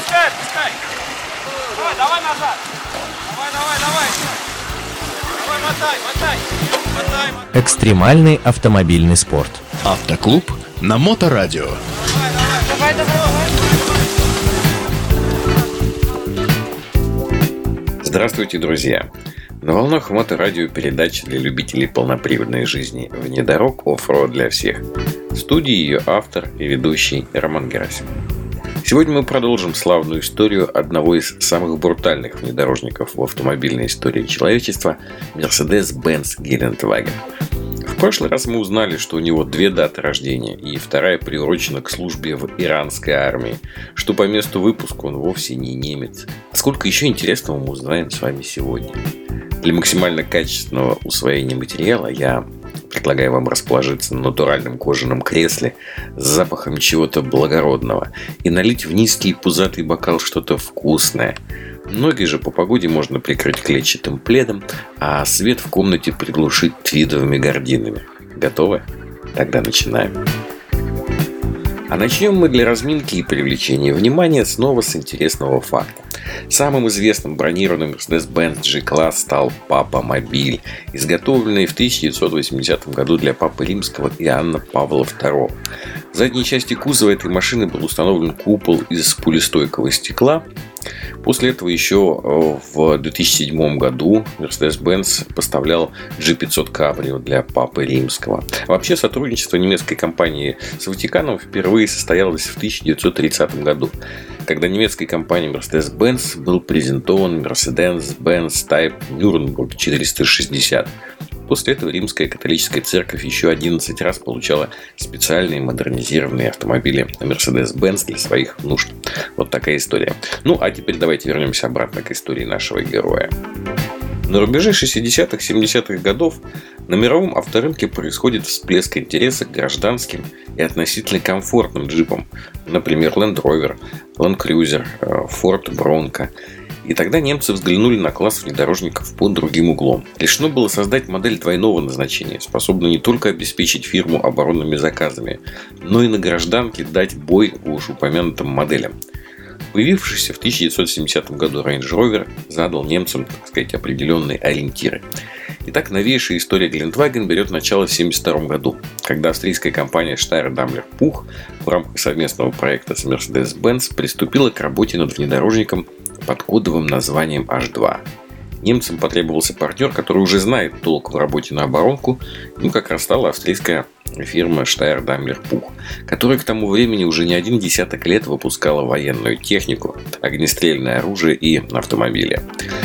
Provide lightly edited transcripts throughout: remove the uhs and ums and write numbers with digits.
Отпускай. Давай назад. Давай. Мотай. Экстремальный автомобильный спорт. Автоклуб на Моторадио. Давай. Здравствуйте, друзья! На волнах Моторадио передача для любителей полноприводной жизни «Вне дорог. Оффроуд для всех». В студии ее автор и ведущий Роман Герасимов. Сегодня мы продолжим славную историю одного из самых брутальных внедорожников в автомобильной истории человечества – Mercedes-Benz Geländewagen. В прошлый раз мы узнали, что у него 2 даты рождения, и вторая приурочена к службе в иранской армии, что по месту выпуска он вовсе не немец. А сколько еще интересного мы узнаем с вами сегодня. Для максимально качественного усвоения материала я предлагаю вам расположиться на натуральном кожаном кресле с запахом чего-то благородного и налить в низкий пузатый бокал что-то вкусное. Ноги же по погоде можно прикрыть клетчатым пледом, а свет в комнате приглушить твидовыми гардинами. Готовы? Тогда начинаем. А начнем мы для разминки и привлечения внимания снова с интересного факта. Самым известным бронированным Mercedes-Benz G-класс стал Папа-мобиль, изготовленный в 1980 году для Папы Римского Иоанна Павла II. В задней части кузова этой машины был установлен купол из пулестойкого стекла. После этого еще в 2007 году Mercedes-Benz поставлял G500 Cabrio для Папы Римского. Вообще сотрудничество немецкой компании с Ватиканом впервые состоялось в 1930 году, когда немецкой компании Mercedes-Benz был презентован Mercedes-Benz Type Nürburgring 460. После этого Римская католическая церковь еще 11 раз получала специальные модернизированные автомобили Mercedes-Benz для своих нужд. Вот такая история. Ну, а теперь давайте вернемся обратно к истории нашего героя. На рубеже 60-х, 70-х годов на мировом авторынке происходит всплеск интереса к гражданским и относительно комфортным джипам. Например, Land Rover, Land Cruiser, Ford Bronco. И тогда немцы взглянули на класс внедорожников под другим углом. Решено было создать модель двойного назначения, способную не только обеспечить фирму оборонными заказами, но и на гражданке дать бой уж упомянутым моделям. Появившийся в 1970 году Range Rover задал немцам, так сказать, определенные ориентиры. Итак, новейшая история Geländewagen берет начало в 1972 году, когда австрийская компания Steyr-Daimler-Puch в рамках совместного проекта с Mercedes-Benz приступила к работе над внедорожником под кодовым названием H2. Немцам потребовался партнер, который уже знает толк в работе на оборонку, как раз стала австрийская фирма Steyr-Daimler-Puch, которая к тому времени уже не один десяток лет выпускала военную технику, огнестрельное оружие и автомобили.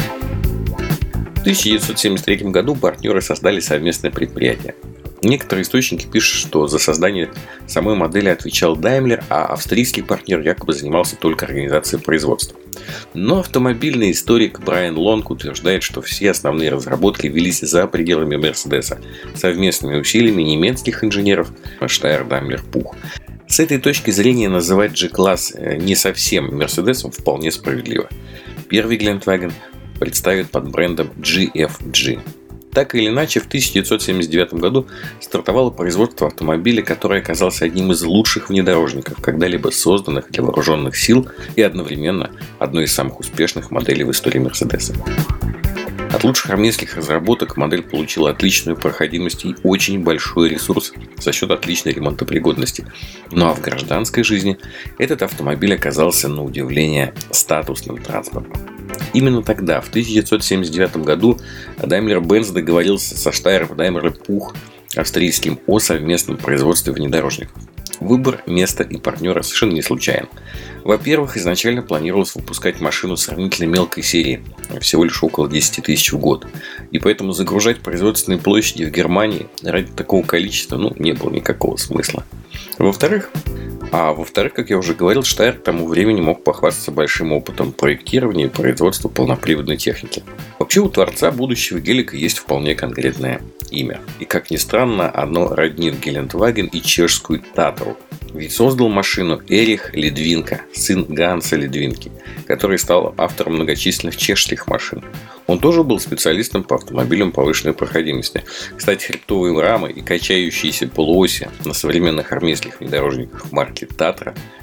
В 1973 году партнеры создали совместное предприятие. Некоторые источники пишут, что за создание самой модели отвечал Daimler, а австрийский партнер якобы занимался только организацией производства. Но автомобильный историк Брайан Лонг утверждает, что все основные разработки велись за пределами Мерседеса совместными усилиями немецких инженеров Steyr-Daimler-Puch. С этой точки зрения называть G-класс не совсем Мерседесом вполне справедливо. Первый Geländewagen представит под брендом GFG. Так или иначе, в 1979 году стартовало производство автомобиля, который оказался одним из лучших внедорожников, когда-либо созданных для вооруженных сил и одновременно одной из самых успешных моделей в истории Мерседеса. От лучших армейских разработок модель получила отличную проходимость и очень большой ресурс за счет отличной ремонтопригодности. Ну а в гражданской жизни этот автомобиль оказался на удивление статусным транспортом. Именно тогда, в 1979 году, Daimler-Benz договорился со Steyr-Daimler-Puch австрийским о совместном производстве внедорожников. Выбор места и партнера совершенно не случайен. Во-первых, изначально планировалось выпускать машину сравнительно мелкой серии, всего лишь около 10 тысяч в год. И поэтому загружать производственные площади в Германии ради такого количества не было никакого смысла. Во-вторых, как я уже говорил, Steyr к тому времени мог похвастаться большим опытом проектирования и производства полноприводной техники. Вообще у творца будущего гелика есть вполне конкретное имя. И как ни странно, оно роднит Geländewagen и чешскую Татру. Ведь создал машину Эрих Ледвинка, сын Ганса Ледвинки, который стал автором многочисленных чешских машин. Он тоже был специалистом по автомобилям повышенной проходимости. Кстати, хребтовые рамы и качающиеся полуоси на современных армейских внедорожниках марки Татра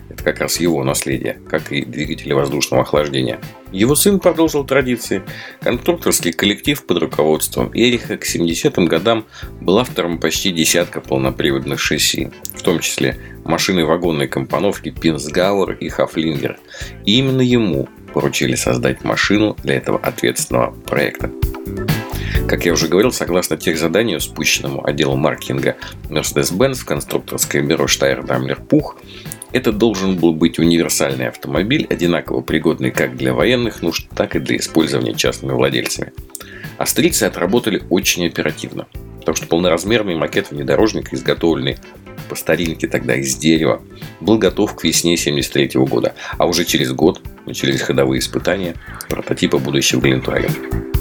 Это как раз его наследие, как и двигатели воздушного охлаждения. Его сын продолжил традиции. Конструкторский коллектив под руководством Эриха к 70-м годам был автором почти десятка полноприводных шасси, в том числе машины вагонной компоновки Пинсгауэр и Хафлингер. И именно ему поручили создать машину для этого ответственного проекта. Как я уже говорил, согласно техзаданию, спущенному отделом маркетинга Mercedes-Benz в конструкторское бюро Steyr-Daimler-Puch, это должен был быть универсальный автомобиль, одинаково пригодный как для военных нужд, так и для использования частными владельцами. Австрийцы отработали очень оперативно, потому что полноразмерный макет внедорожника, изготовленный по старинке тогда из дерева, был готов к весне 1973 года, а уже через год начались ходовые испытания прототипа будущего Гелендвагена.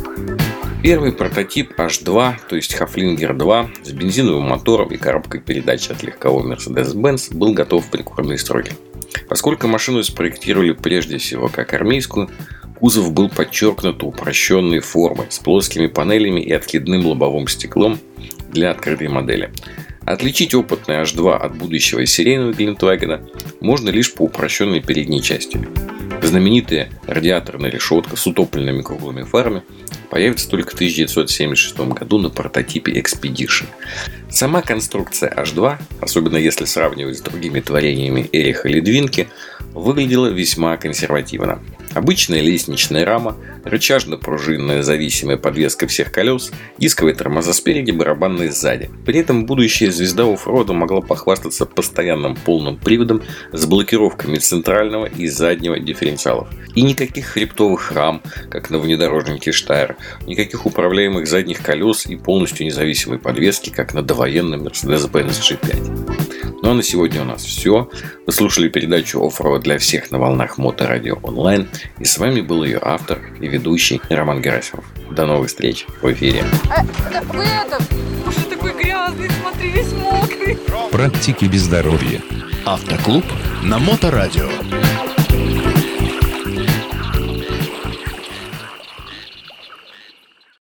Первый прототип H2, то есть Haflinger 2, с бензиновым мотором и коробкой передач от легкового Mercedes-Benz был готов в прикурной стройке. Поскольку машину спроектировали прежде всего как армейскую, кузов был подчеркнуто упрощенной формы с плоскими панелями и откидным лобовым стеклом для открытой модели. Отличить опытный H2 от будущего серийного Гелендвагена можно лишь по упрощенной передней части. Знаменитая радиаторная решетка с утопленными круглыми фарами появится только в 1976 году на прототипе Expedition. Сама конструкция H2, особенно если сравнивать с другими творениями Эриха Литвинки, выглядела весьма консервативно. Обычная лестничная рама, рычажно-пружинная зависимая подвеска всех колес, дисковые тормоза спереди, барабанные сзади. При этом будущая звезда оффрода могла похвастаться постоянным полным приводом с блокировками центрального и заднего дифференциалов. И никаких хребтовых рам, как на внедорожнике Steyr, никаких управляемых задних колес и полностью независимой подвески, как на довоенном Mercedes-Benz G5. Ну а на сегодня у нас все. Вы слушали передачу «Оффроуд для всех» на волнах Моторадио онлайн. И с вами был ее автор и ведущий Роман Герасимов. До новых встреч в эфире. Вы это... Уже такой грязный, смотри, весь мокрый. Практики без здоровья. Автоклуб на Моторадио.